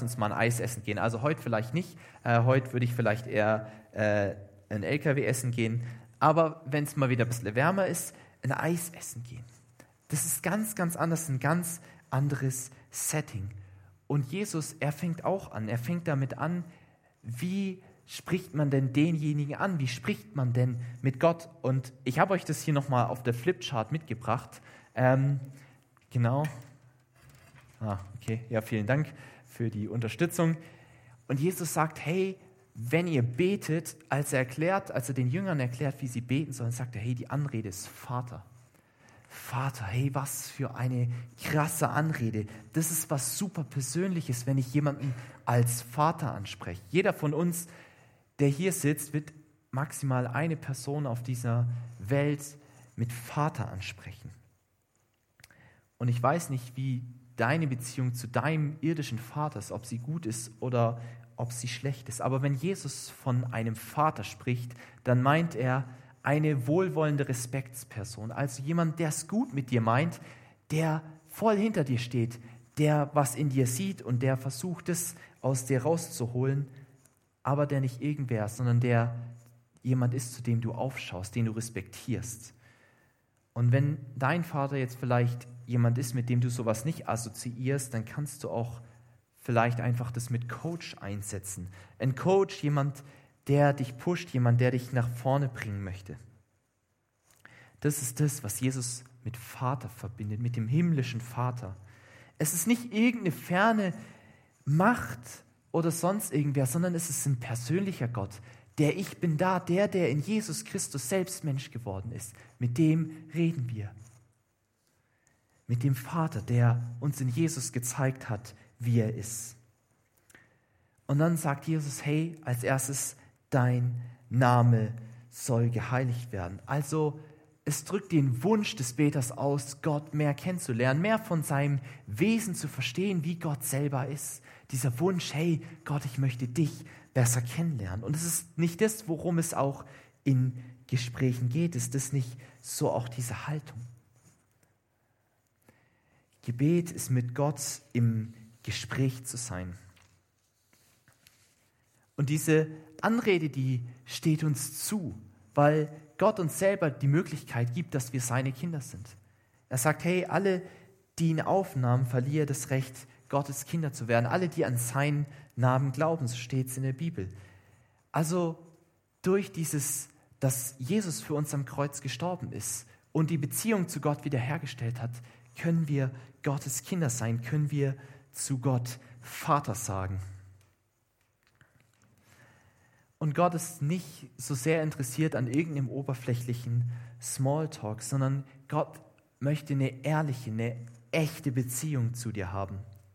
lass uns mal ein Eis essen gehen. Also heute vielleicht nicht, heute würde ich vielleicht eher ein LKW essen gehen, aber wenn es mal wieder ein bisschen wärmer ist, ein Eis essen gehen. Das ist ganz, ganz anders, ein ganz anderes Setting. Und Jesus, er fängt auch an, er fängt damit an, wie spricht man denn denjenigen an? Wie spricht man denn mit Gott? Und ich habe euch das hier nochmal auf der Flipchart mitgebracht. Genau. Okay, ja, vielen Dank für die Unterstützung. Und Jesus sagt, hey, wenn ihr betet, als er den Jüngern erklärt, wie sie beten sollen, sagt er, hey, die Anrede ist Vater. Vater, hey, was für eine krasse Anrede. Das ist was super Persönliches, wenn ich jemanden als Vater anspreche. Jeder von uns, der hier sitzt, wird maximal eine Person auf dieser Welt mit Vater ansprechen. Und ich weiß nicht, wie deine Beziehung zu deinem irdischen Vater ist, ob sie gut ist oder ob sie schlecht ist. Aber wenn Jesus von einem Vater spricht, dann meint er eine wohlwollende Respektsperson. Also jemand, der es gut mit dir meint, der voll hinter dir steht, der was in dir sieht und der versucht, es aus dir rauszuholen, aber der nicht irgendwer ist, sondern der jemand ist, zu dem du aufschaust, den du respektierst. Und wenn dein Vater jetzt vielleicht jemand ist, mit dem du sowas nicht assoziierst, dann kannst du auch vielleicht einfach das mit Coach einsetzen. Ein Coach, jemand, der dich pusht, jemand, der dich nach vorne bringen möchte. Das ist das, was Jesus mit Vater verbindet, mit dem himmlischen Vater. Es ist nicht irgendeine ferne Macht oder sonst irgendwer, sondern es ist ein persönlicher Gott, der Ich bin da, der in Jesus Christus selbst Mensch geworden ist. Mit dem reden wir. Mit dem Vater, der uns in Jesus gezeigt hat, wie er ist. Und dann sagt Jesus, hey, als erstes, dein Name soll geheiligt werden. Also es drückt den Wunsch des Beters aus, Gott mehr kennenzulernen, mehr von seinem Wesen zu verstehen, wie Gott selber ist. Dieser Wunsch, hey Gott, ich möchte dich besser kennenlernen. Und es ist nicht das, worum es auch in Gesprächen geht. Ist das nicht so auch diese Haltung? Gebet ist mit Gott im Gespräch zu sein. Und diese Anrede, die steht uns zu, weil Gott uns selber die Möglichkeit gibt, dass wir seine Kinder sind. Er sagt, hey, alle, die ihn aufnahmen, verlieren das Recht, Gottes Kinder zu werden. Alle, die an seinen Namen glauben, so steht es in der Bibel. Also durch dieses, dass Jesus für uns am Kreuz gestorben ist und die Beziehung zu Gott wiederhergestellt hat, können wir Gottes Kinder sein, können wir zu Gott Vater sagen. Und Gott ist nicht so sehr interessiert an irgendeinem oberflächlichen Smalltalk, sondern Gott möchte eine ehrliche, eine echte Beziehung zu dir haben.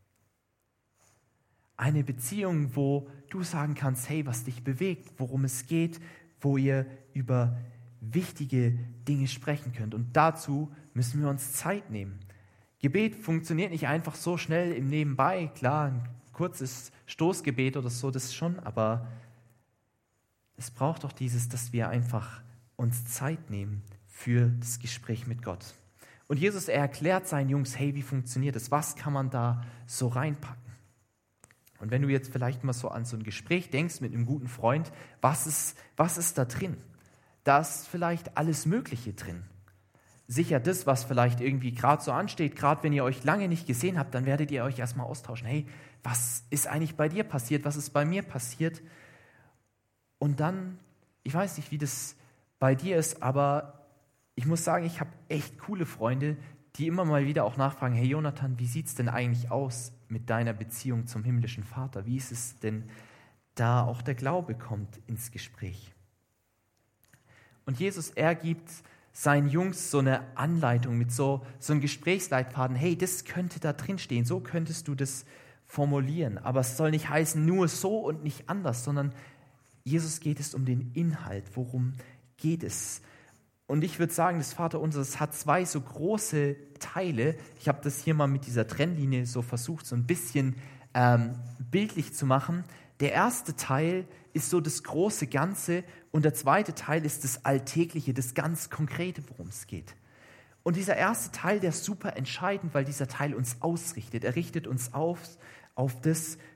Eine Beziehung, wo du sagen kannst, hey, was dich bewegt, worum es geht, wo ihr über wichtige Dinge sprechen könnt. Und dazu müssen wir uns Zeit nehmen. Gebet funktioniert nicht einfach so schnell im Nebenbei. Klar, ein kurzes Stoßgebet oder so, das schon, aber es braucht doch dieses, dass wir einfach uns Zeit nehmen für das Gespräch mit Gott. Und Jesus, er erklärt seinen Jungs, hey, wie funktioniert das? Was kann man da so reinpacken? Und wenn du jetzt vielleicht mal so an so ein Gespräch denkst mit einem guten Freund, was ist da drin? Da ist vielleicht alles Mögliche drin. Sicher das, was vielleicht irgendwie gerade so ansteht, gerade wenn ihr euch lange nicht gesehen habt, dann werdet ihr euch erstmal austauschen. Hey, was ist eigentlich bei dir passiert? Was ist bei mir passiert? Und dann, ich weiß nicht, wie das bei dir ist, aber ich muss sagen, ich habe echt coole Freunde, die immer mal wieder auch nachfragen, hey Jonathan, wie sieht es denn eigentlich aus mit deiner Beziehung zum himmlischen Vater? Wie ist es denn da auch der Glaube kommt ins Gespräch? Und Jesus, er gibt seinen Jungs so eine Anleitung mit so einem Gesprächsleitfaden. Hey, das könnte da drin stehen, so könntest du das formulieren. Aber es soll nicht heißen, nur so und nicht anders, sondern Jesus geht es um den Inhalt. Worum geht es? Und ich würde sagen, das Vaterunser, das hat zwei so große Teile. Ich habe das hier mal mit dieser Trennlinie so versucht, so ein bisschen bildlich zu machen. Der erste Teil ist so das große Ganze und der zweite Teil ist das Alltägliche, das ganz Konkrete, worum es geht. Und dieser erste Teil, der ist super entscheidend, weil dieser Teil uns ausrichtet. Er richtet uns auf das,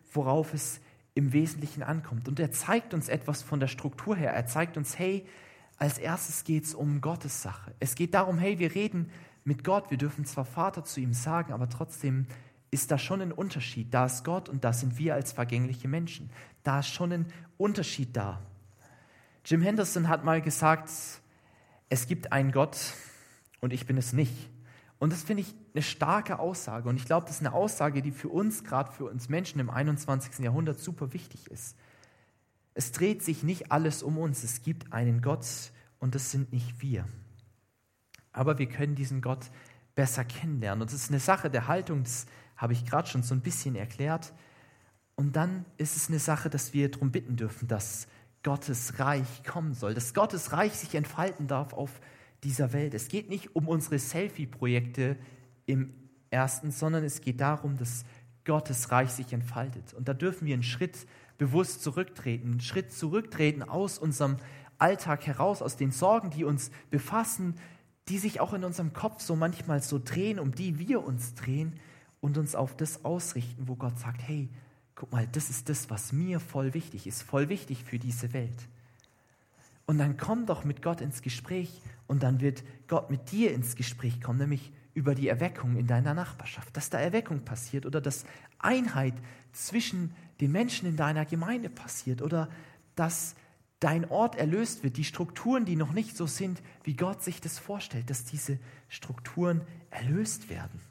worauf es im Wesentlichen ankommt. Und er zeigt uns etwas von der Struktur her. Er zeigt uns, hey, als erstes geht es um Gottes Sache. Es geht darum, hey, wir reden mit Gott, wir dürfen zwar Vater zu ihm sagen, aber trotzdem ist da schon ein Unterschied. Da ist Gott und da sind wir als vergängliche Menschen. Da ist schon ein Unterschied da. Jim Henderson hat mal gesagt, es gibt einen Gott und ich bin es nicht. Und das finde ich eine starke Aussage. Und ich glaube, das ist eine Aussage, die für uns, gerade für uns Menschen im 21. Jahrhundert super wichtig ist. Es dreht sich nicht alles um uns. Es gibt einen Gott und das sind nicht wir. Aber wir können diesen Gott besser kennenlernen. Und das ist eine Sache der Haltung, das habe ich gerade schon so ein bisschen erklärt. Und dann ist es eine Sache, dass wir darum bitten dürfen, dass Gottes Reich kommen soll, dass Gottes Reich sich entfalten darf auf dieser Welt. Es geht nicht um unsere Selfie-Projekte im Ersten, sondern es geht darum, dass Gottes Reich sich entfaltet. Und da dürfen wir einen Schritt bewusst zurücktreten, einen Schritt zurücktreten aus unserem Alltag heraus, aus den Sorgen, die uns befassen, die sich auch in unserem Kopf so manchmal so drehen, um die wir uns drehen und uns auf das ausrichten, wo Gott sagt, hey, guck mal, das ist das, was mir voll wichtig ist, voll wichtig für diese Welt. Und dann komm doch mit Gott ins Gespräch und dann wird Gott mit dir ins Gespräch kommen, nämlich über die Erweckung in deiner Nachbarschaft, dass da Erweckung passiert oder dass Einheit zwischen den Menschen in deiner Gemeinde passiert oder dass dein Ort erlöst wird, die Strukturen, die noch nicht so sind, wie Gott sich das vorstellt, dass diese Strukturen erlöst werden.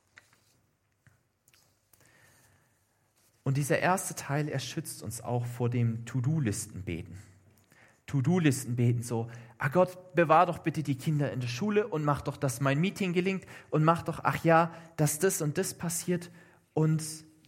Und dieser erste Teil, er schützt uns auch vor dem To-Do-Listen-Beten. To-Do-Listen-Beten, so, Gott, bewahr doch bitte die Kinder in der Schule und mach doch, dass mein Meeting gelingt und mach doch, dass das und das passiert. Und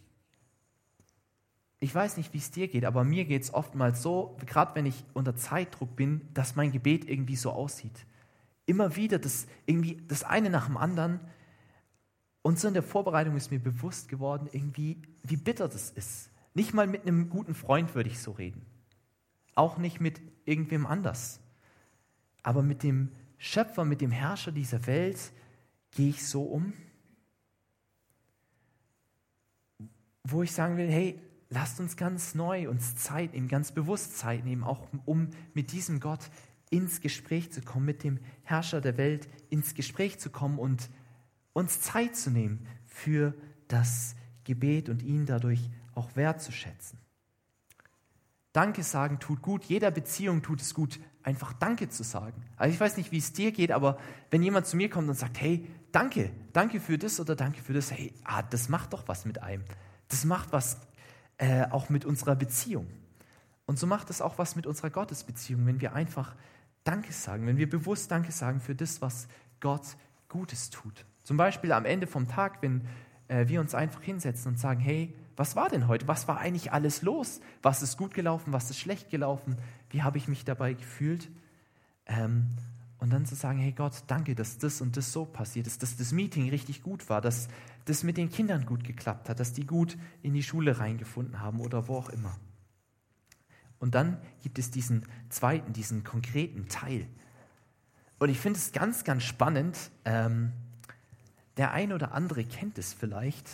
ich weiß nicht, wie es dir geht, aber mir geht es oftmals so, gerade wenn ich unter Zeitdruck bin, dass mein Gebet irgendwie so aussieht. Immer wieder das eine nach dem anderen. Und so in der Vorbereitung ist mir bewusst geworden, irgendwie, wie bitter das ist. Nicht mal mit einem guten Freund würde ich so reden. Auch nicht mit irgendwem anders. Aber mit dem Schöpfer, mit dem Herrscher dieser Welt gehe ich so um, wo ich sagen will, hey, lasst uns ganz neu uns Zeit nehmen, ganz bewusst Zeit nehmen, auch um mit diesem Gott ins Gespräch zu kommen, mit dem Herrscher der Welt ins Gespräch zu kommen und uns Zeit zu nehmen für das Gebet und ihn dadurch auch wertzuschätzen. Danke sagen tut gut, jeder Beziehung tut es gut, einfach Danke zu sagen. Also ich weiß nicht, wie es dir geht, aber wenn jemand zu mir kommt und sagt, hey, danke für das oder danke für das, hey, das macht doch was mit einem. Das macht was auch mit unserer Beziehung. Und so macht es auch was mit unserer Gottesbeziehung, wenn wir einfach Danke sagen, wenn wir bewusst Danke sagen für das, was Gott Gutes tut. Zum Beispiel am Ende vom Tag, wenn wir uns einfach hinsetzen und sagen, hey, was war denn heute? Was war eigentlich alles los? Was ist gut gelaufen? Was ist schlecht gelaufen? Wie habe ich mich dabei gefühlt? Und dann zu sagen, hey Gott, danke, dass das und das so passiert ist, dass das Meeting richtig gut war, dass das mit den Kindern gut geklappt hat, dass die gut in die Schule reingefunden haben oder wo auch immer. Und dann gibt es diesen zweiten, diesen konkreten Teil. Und ich finde es ganz, ganz spannend. Der ein oder andere kennt es vielleicht.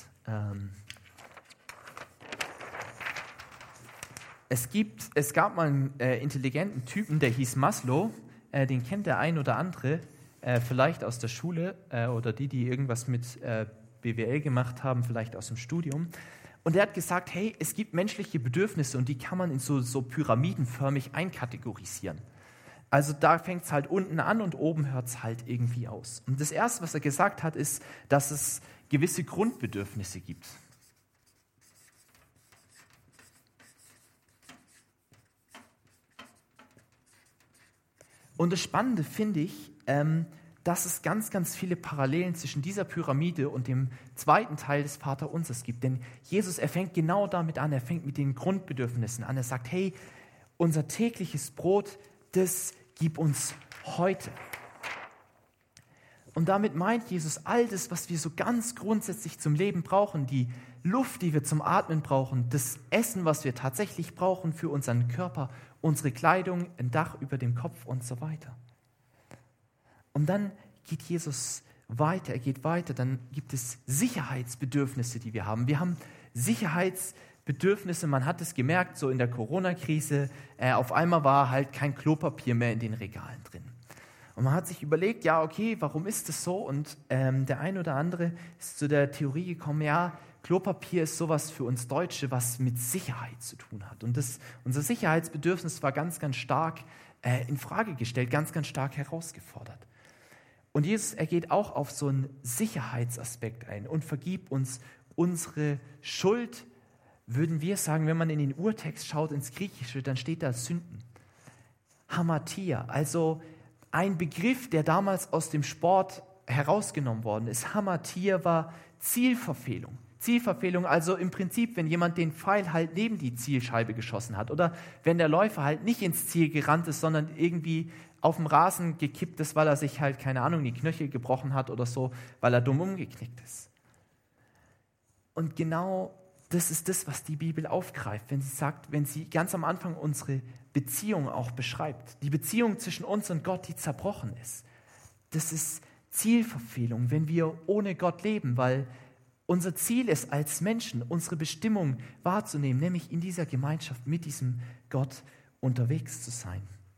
Es gab mal einen intelligenten Typen, der hieß Maslow. Den kennt der ein oder andere, vielleicht aus der Schule oder die irgendwas mit BWL gemacht haben, vielleicht aus dem Studium. Und er hat gesagt, hey, es gibt menschliche Bedürfnisse und die kann man in so pyramidenförmig einkategorisieren. Also da fängt es halt unten an und oben hört es halt irgendwie aus. Und das Erste, was er gesagt hat, ist, dass es gewisse Grundbedürfnisse gibt. Und das Spannende finde ich, dass es ganz, ganz viele Parallelen zwischen dieser Pyramide und dem zweiten Teil des Vaterunsers gibt. Denn Jesus, er fängt genau damit an, er fängt mit den Grundbedürfnissen an. Er sagt, hey, unser tägliches Brot, das gib uns heute. Und damit meint Jesus all das, was wir so ganz grundsätzlich zum Leben brauchen, die Luft, die wir zum Atmen brauchen, das Essen, was wir tatsächlich brauchen für unseren Körper, unsere Kleidung, ein Dach über dem Kopf und so weiter. Und dann geht Jesus weiter, dann gibt es Sicherheitsbedürfnisse, die wir haben. Wir haben Sicherheitsbedürfnisse Bedürfnisse, man hat es gemerkt, so in der Corona-Krise, auf einmal war halt kein Klopapier mehr in den Regalen drin. Und man hat sich überlegt, ja okay, warum ist das so? Und der ein oder andere ist zu der Theorie gekommen, ja, Klopapier ist sowas für uns Deutsche, was mit Sicherheit zu tun hat. Und unser Sicherheitsbedürfnis war ganz, ganz stark in Frage gestellt, ganz, ganz stark herausgefordert. Und Jesus, er geht auch auf so einen Sicherheitsaspekt ein und vergibt uns unsere Schuld, würden wir sagen, wenn man in den Urtext schaut, ins Griechische, dann steht da Sünden. Hamatia, also ein Begriff, der damals aus dem Sport herausgenommen worden ist. Hamatia war Zielverfehlung. Zielverfehlung, also im Prinzip, wenn jemand den Pfeil halt neben die Zielscheibe geschossen hat oder wenn der Läufer halt nicht ins Ziel gerannt ist, sondern irgendwie auf dem Rasen gekippt ist, weil er sich halt, keine Ahnung, die Knöchel gebrochen hat oder so, weil er dumm umgeknickt ist. Und genau das ist das, was die Bibel aufgreift, wenn sie sagt, wenn sie ganz am Anfang unsere Beziehung auch beschreibt. Die Beziehung zwischen uns und Gott, die zerbrochen ist. Das ist Zielverfehlung, wenn wir ohne Gott leben, weil unser Ziel ist als Menschen, unsere Bestimmung wahrzunehmen, nämlich in dieser Gemeinschaft mit diesem Gott unterwegs zu sein.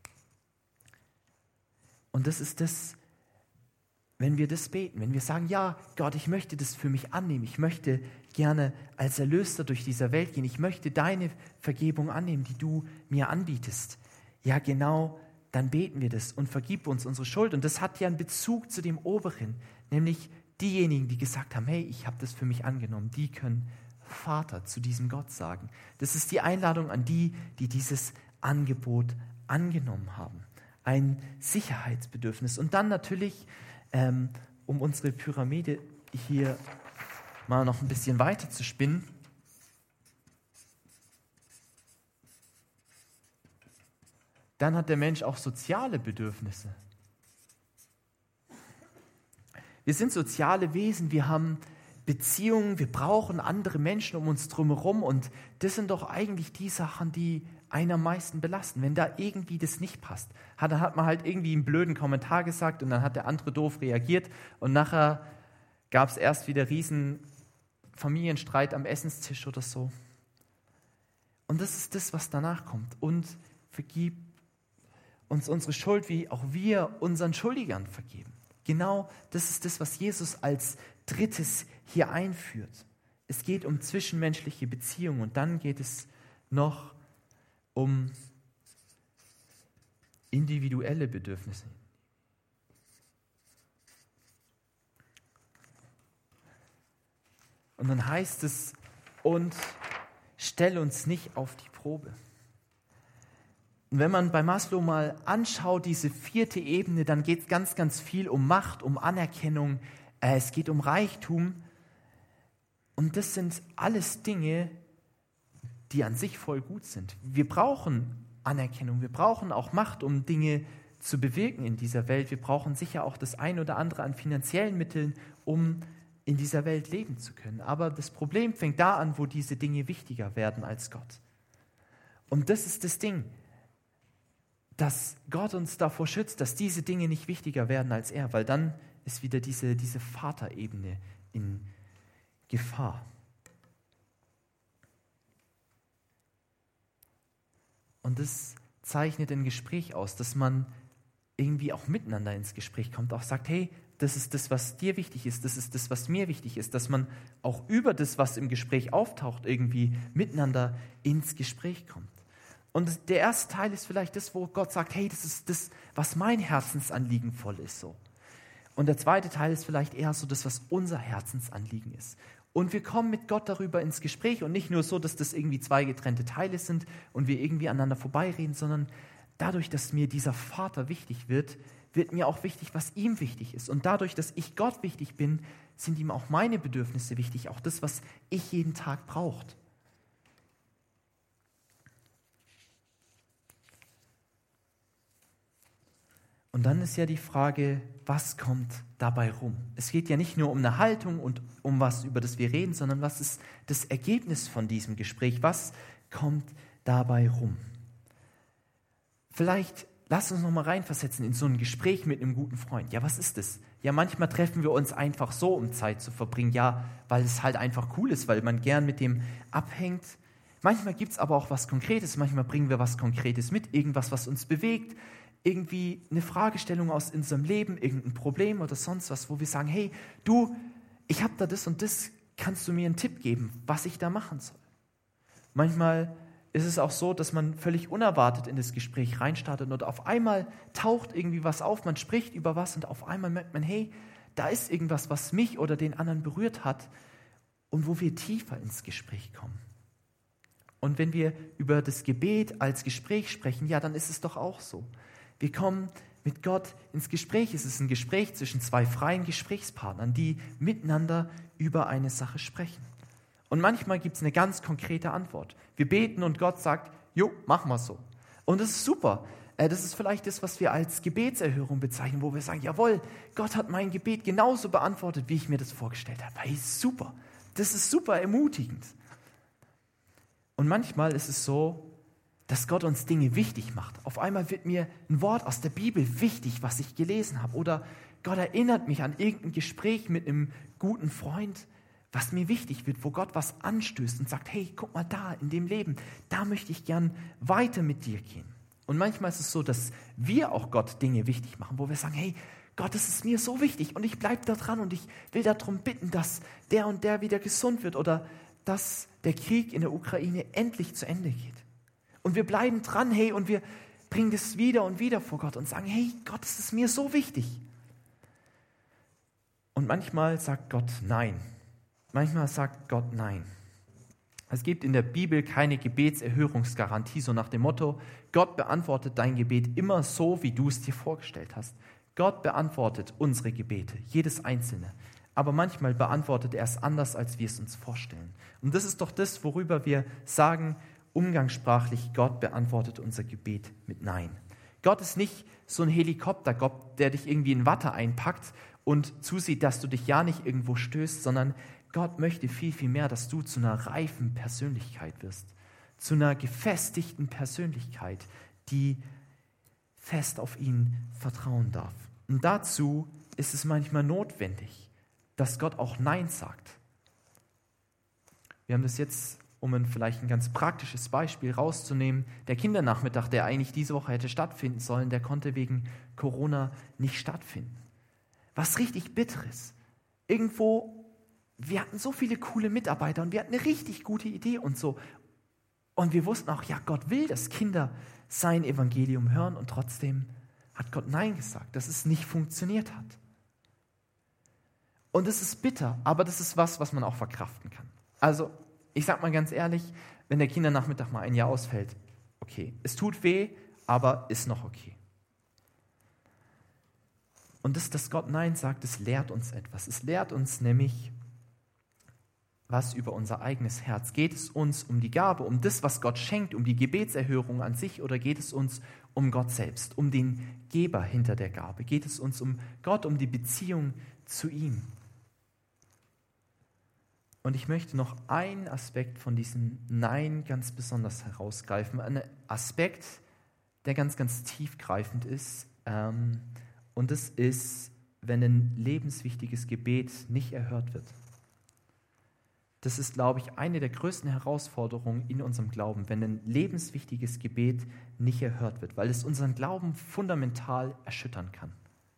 Und das ist das, wenn wir das beten, wenn wir sagen, ja, Gott, ich möchte das für mich annehmen, ich möchte gerne als Erlöser durch diese Welt gehen, ich möchte deine Vergebung annehmen, die du mir anbietest. Ja, genau, dann beten wir das und vergib uns unsere Schuld. Und das hat ja einen Bezug zu dem Oberen, nämlich diejenigen, die gesagt haben, hey, ich habe das für mich angenommen, die können Vater zu diesem Gott sagen. Das ist die Einladung an die, die dieses Angebot angenommen haben. Ein Sicherheitsbedürfnis. Und dann natürlich, um unsere Pyramide hier mal noch ein bisschen weiter zu spinnen, dann hat der Mensch auch soziale Bedürfnisse. Wir sind soziale Wesen, wir haben Beziehungen, wir brauchen andere Menschen um uns drumherum und das sind doch eigentlich die Sachen, die einen am meisten belasten. Wenn da irgendwie das nicht passt, dann hat man halt irgendwie einen blöden Kommentar gesagt und dann hat der andere doof reagiert und nachher gab es erst wieder riesen Familienstreit am Essenstisch oder so. Und das ist das, was danach kommt. Und vergib uns unsere Schuld, wie auch wir unseren Schuldigern vergeben. Genau das ist das, was Jesus als drittes hier einführt. Es geht um zwischenmenschliche Beziehungen und dann geht es noch um individuelle Bedürfnisse. Und dann heißt es, und stell uns nicht auf die Probe. Und wenn man bei Maslow mal anschaut, diese 4. Ebene, dann geht es ganz, ganz viel um Macht, um Anerkennung, es geht um Reichtum. Und das sind alles Dinge, die an sich voll gut sind. Wir brauchen Anerkennung, wir brauchen auch Macht, um Dinge zu bewirken in dieser Welt. Wir brauchen sicher auch das ein oder andere an finanziellen Mitteln, um in dieser Welt leben zu können. Aber das Problem fängt da an, wo diese Dinge wichtiger werden als Gott. Und das ist das Ding, dass Gott uns davor schützt, dass diese Dinge nicht wichtiger werden als er, weil dann ist wieder diese Vaterebene in Gefahr. Und das zeichnet ein Gespräch aus, dass man irgendwie auch miteinander ins Gespräch kommt, auch sagt, hey, das ist das, was dir wichtig ist, das ist das, was mir wichtig ist, dass man auch über das, was im Gespräch auftaucht, irgendwie miteinander ins Gespräch kommt. Und der erste Teil ist vielleicht das, wo Gott sagt, hey, das ist das, was mein Herzensanliegen voll ist. So. Und der zweite Teil ist vielleicht eher so das, was unser Herzensanliegen ist. Und wir kommen mit Gott darüber ins Gespräch und nicht nur so, dass das irgendwie 2 getrennte Teile sind und wir irgendwie aneinander vorbeireden, sondern dadurch, dass mir dieser Vater wichtig wird, wird mir auch wichtig, was ihm wichtig ist. Und dadurch, dass ich Gott wichtig bin, sind ihm auch meine Bedürfnisse wichtig, auch das, was ich jeden Tag brauche. Und dann ist ja die Frage, was kommt dabei rum? Es geht ja nicht nur um eine Haltung und um was, über das wir reden, sondern was ist das Ergebnis von diesem Gespräch? Was kommt dabei rum? Vielleicht lass uns noch mal reinversetzen in so ein Gespräch mit einem guten Freund. Ja, was ist das? Ja, manchmal treffen wir uns einfach so, um Zeit zu verbringen. Ja, weil es halt einfach cool ist, weil man gern mit dem abhängt. Manchmal gibt es aber auch was Konkretes, manchmal bringen wir was Konkretes mit, irgendwas, was uns bewegt, irgendwie eine Fragestellung aus unserem Leben, irgendein Problem oder sonst was, wo wir sagen, hey, du, ich habe da das und das, kannst du mir einen Tipp geben, was ich da machen soll? Manchmal ist es auch so, dass man völlig unerwartet in das Gespräch reinstartet und auf einmal taucht irgendwie was auf, man spricht über was und auf einmal merkt man, hey, da ist irgendwas, was mich oder den anderen berührt hat und wo wir tiefer ins Gespräch kommen. Und wenn wir über das Gebet als Gespräch sprechen, ja, dann ist es doch auch so. Wir kommen mit Gott ins Gespräch. Es ist ein Gespräch zwischen zwei freien Gesprächspartnern, die miteinander über eine Sache sprechen. Und manchmal gibt es eine ganz konkrete Antwort. Wir beten und Gott sagt, jo, machen wir so. Und das ist super. Das ist vielleicht das, was wir als Gebetserhörung bezeichnen, wo wir sagen, jawohl, Gott hat mein Gebet genauso beantwortet, wie ich mir das vorgestellt habe. Hey, super. Das ist super ermutigend. Und manchmal ist es so, dass Gott uns Dinge wichtig macht. Auf einmal wird mir ein Wort aus der Bibel wichtig, was ich gelesen habe. Oder Gott erinnert mich an irgendein Gespräch mit einem guten Freund, was mir wichtig wird, wo Gott was anstößt und sagt, hey, guck mal da, in dem Leben, da möchte ich gern weiter mit dir gehen. Und manchmal ist es so, dass wir auch Gott Dinge wichtig machen, wo wir sagen, hey, Gott, das ist mir so wichtig und ich bleibe da dran und ich will darum bitten, dass der und der wieder gesund wird oder dass der Krieg in der Ukraine endlich zu Ende geht. Und wir bleiben dran, hey, und wir bringen das wieder und wieder vor Gott und sagen, hey, Gott, das ist mir so wichtig. Und manchmal sagt Gott nein. Manchmal sagt Gott nein. Es gibt in der Bibel keine Gebetserhörungsgarantie, so nach dem Motto, Gott beantwortet dein Gebet immer so, wie du es dir vorgestellt hast. Gott beantwortet unsere Gebete, jedes einzelne. Aber manchmal beantwortet er es anders, als wir es uns vorstellen. Und das ist doch das, worüber wir sagen, umgangssprachlich, Gott beantwortet unser Gebet mit Nein. Gott ist nicht so ein Helikoptergott, der dich irgendwie in Watte einpackt und zusieht, dass du dich ja nicht irgendwo stößt, sondern Gott möchte viel, viel mehr, dass du zu einer reifen Persönlichkeit wirst, zu einer gefestigten Persönlichkeit, die fest auf ihn vertrauen darf. Und dazu ist es manchmal notwendig, dass Gott auch Nein sagt. Wir haben das jetzt, um vielleicht ein ganz praktisches Beispiel rauszunehmen, der Kindernachmittag, der eigentlich diese Woche hätte stattfinden sollen, der konnte wegen Corona nicht stattfinden. Was richtig Bitteres. Irgendwo, wir hatten so viele coole Mitarbeiter und wir hatten eine richtig gute Idee und so. Und wir wussten auch, ja, Gott will, dass Kinder sein Evangelium hören und trotzdem hat Gott Nein gesagt, dass es nicht funktioniert hat. Und es ist bitter, aber das ist was man auch verkraften kann. Also, ich sag mal ganz ehrlich, wenn der Kindernachmittag mal ein Jahr ausfällt, okay, es tut weh, aber ist noch okay. Und das, dass Gott Nein sagt, das lehrt uns etwas. Es lehrt uns nämlich was über unser eigenes Herz. Geht es uns um die Gabe, um das, was Gott schenkt, um die Gebetserhörung an sich, oder geht es uns um Gott selbst, um den Geber hinter der Gabe? Geht es uns um Gott, um die Beziehung zu ihm? Und ich möchte noch einen Aspekt von diesem Nein ganz besonders herausgreifen. Ein Aspekt, der ganz, ganz tiefgreifend ist. Und das ist, wenn ein lebenswichtiges Gebet nicht erhört wird. Das ist, glaube ich, eine der größten Herausforderungen in unserem Glauben, wenn ein lebenswichtiges Gebet nicht erhört wird, weil es unseren Glauben fundamental erschüttern kann.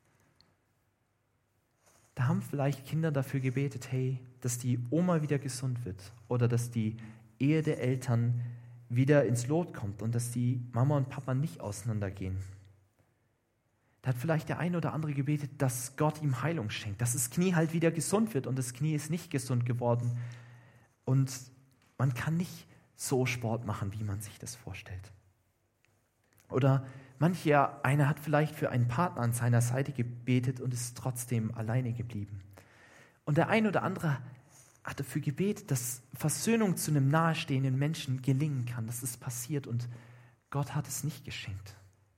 Da haben vielleicht Kinder dafür gebetet, hey, dass die Oma wieder gesund wird oder dass die Ehe der Eltern wieder ins Lot kommt und dass die Mama und Papa nicht auseinandergehen. Da hat vielleicht der eine oder andere gebetet, dass Gott ihm Heilung schenkt, dass das Knie halt wieder gesund wird und das Knie ist nicht gesund geworden. Und man kann nicht so Sport machen, wie man sich das vorstellt. Oder einer hat vielleicht für einen Partner an seiner Seite gebetet und ist trotzdem alleine geblieben. Und der eine oder andere hat dafür gebetet, dass Versöhnung zu einem nahestehenden Menschen gelingen kann, dass es passiert, und Gott hat es nicht geschenkt.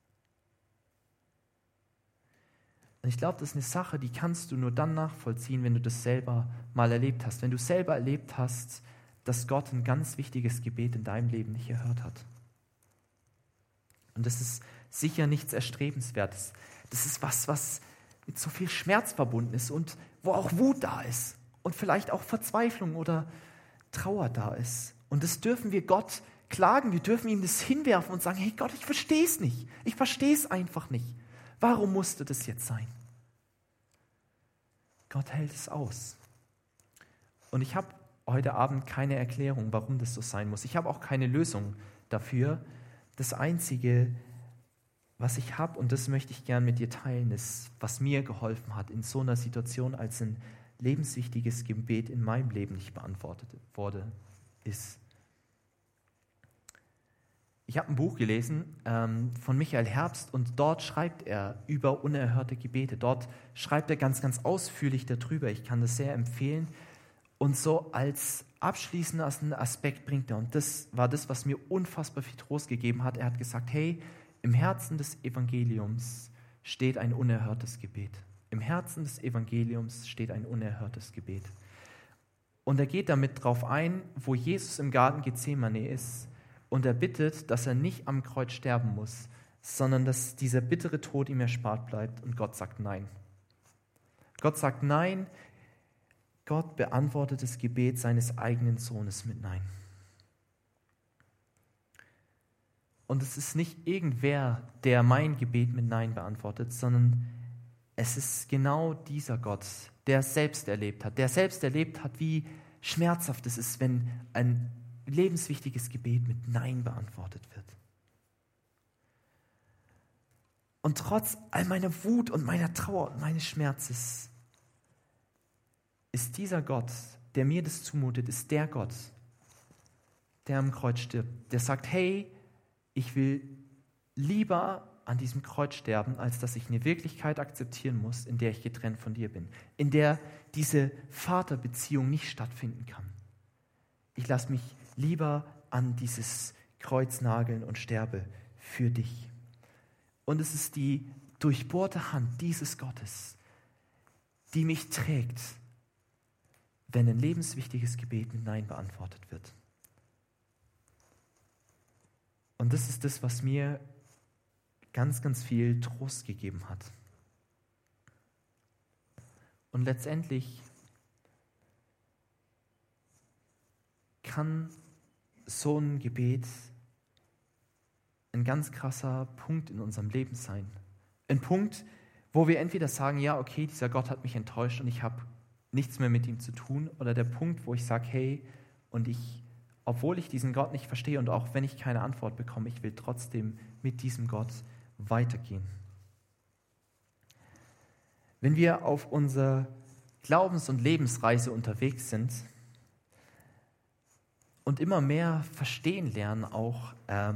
Und ich glaube, das ist eine Sache, die kannst du nur dann nachvollziehen, wenn du das selber mal erlebt hast. Wenn du selber erlebt hast, dass Gott ein ganz wichtiges Gebet in deinem Leben nicht erhört hat. Und das ist sicher nichts Erstrebenswertes. Das ist was mit so viel Schmerz verbunden ist und wo auch Wut da ist und vielleicht auch Verzweiflung oder Trauer da ist. Und das dürfen wir Gott klagen, wir dürfen ihm das hinwerfen und sagen, hey Gott, ich verstehe es nicht. Ich verstehe es einfach nicht. Warum musste das jetzt sein? Gott hält es aus. Und ich habe heute Abend keine Erklärung, warum das so sein muss. Ich habe auch keine Lösung dafür. Das Einzige, was ich habe, und das möchte ich gern mit dir teilen, ist, was mir geholfen hat in so einer Situation, als ein lebenswichtiges Gebet in meinem Leben nicht beantwortet wurde, ist. Ich habe ein Buch gelesen von Michael Herbst und dort schreibt er über unerhörte Gebete. Dort schreibt er ganz, ganz ausführlich darüber. Ich kann das sehr empfehlen. Und so als abschließenden Aspekt bringt er, und das war das, was mir unfassbar viel Trost gegeben hat, er hat gesagt, hey, im Herzen des Evangeliums steht ein unerhörtes Gebet. Im Herzen des Evangeliums steht ein unerhörtes Gebet. Und er geht damit drauf ein, wo Jesus im Garten Gethsemane ist, und er bittet, dass er nicht am Kreuz sterben muss, sondern dass dieser bittere Tod ihm erspart bleibt. Und Gott sagt nein. Gott sagt nein. Gott beantwortet das Gebet seines eigenen Sohnes mit Nein. Und es ist nicht irgendwer, der mein Gebet mit Nein beantwortet, sondern es ist genau dieser Gott, der es selbst erlebt hat. Der selbst erlebt hat, wie schmerzhaft es ist, wenn ein lebenswichtiges Gebet mit Nein beantwortet wird. Und trotz all meiner Wut und meiner Trauer und meines Schmerzes ist dieser Gott, der mir das zumutet, ist der Gott, der am Kreuz stirbt, der sagt, hey, ich will lieber an diesem Kreuz sterben, als dass ich eine Wirklichkeit akzeptieren muss, in der ich getrennt von dir bin, in der diese Vaterbeziehung nicht stattfinden kann. Ich lasse mich lieber an dieses Kreuz nageln und sterbe für dich. Und es ist die durchbohrte Hand dieses Gottes, die mich trägt, wenn ein lebenswichtiges Gebet mit Nein beantwortet wird. Und das ist das, was mir ganz, ganz viel Trost gegeben hat. Und letztendlich kann so ein Gebet ein ganz krasser Punkt in unserem Leben sein. Ein Punkt, wo wir entweder sagen, ja, okay, dieser Gott hat mich enttäuscht und ich habe nichts mehr mit ihm zu tun, oder der Punkt, wo ich sage, hey, und ich, obwohl ich diesen Gott nicht verstehe und auch wenn ich keine Antwort bekomme, ich will trotzdem mit diesem Gott weitergehen. Wenn wir auf unserer Glaubens- und Lebensreise unterwegs sind und immer mehr verstehen lernen, auch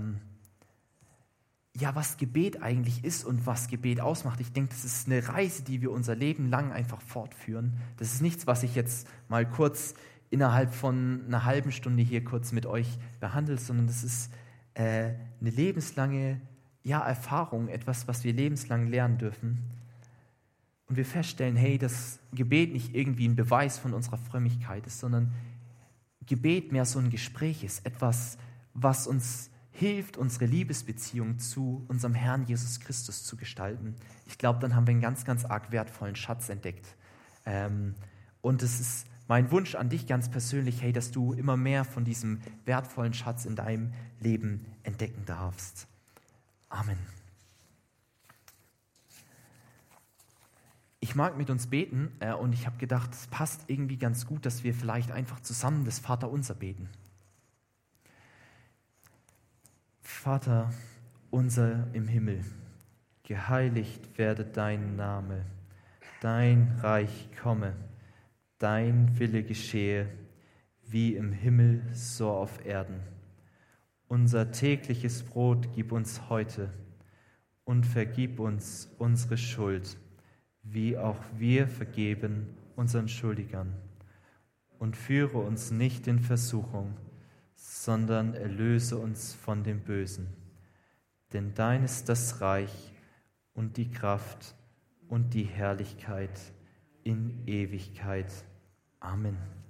was Gebet eigentlich ist und was Gebet ausmacht. Ich denke, das ist eine Reise, die wir unser Leben lang einfach fortführen. Das ist nichts, was ich jetzt mal kurz innerhalb von einer halben Stunde hier kurz mit euch behandle, sondern das ist eine lebenslange Erfahrung, etwas, was wir lebenslang lernen dürfen. Und wir feststellen, hey, dass Gebet nicht irgendwie ein Beweis von unserer Frömmigkeit ist, sondern Gebet mehr so ein Gespräch ist, etwas, was uns hilft, unsere Liebesbeziehung zu unserem Herrn Jesus Christus zu gestalten. Ich glaube, dann haben wir einen ganz, ganz arg wertvollen Schatz entdeckt. Und es ist mein Wunsch an dich ganz persönlich, hey, dass du immer mehr von diesem wertvollen Schatz in deinem Leben entdecken darfst. Amen. Ich mag mit uns beten und ich habe gedacht, es passt irgendwie ganz gut, dass wir vielleicht einfach zusammen das Vaterunser beten. Vater unser im Himmel, geheiligt werde dein Name, dein Reich komme, dein Wille geschehe, wie im Himmel so auf Erden. Unser tägliches Brot gib uns heute und vergib uns unsere Schuld, wie auch wir vergeben unseren Schuldigern. Und führe uns nicht in Versuchung, sondern erlöse uns von dem Bösen. Denn dein ist das Reich und die Kraft und die Herrlichkeit in Ewigkeit. Amen.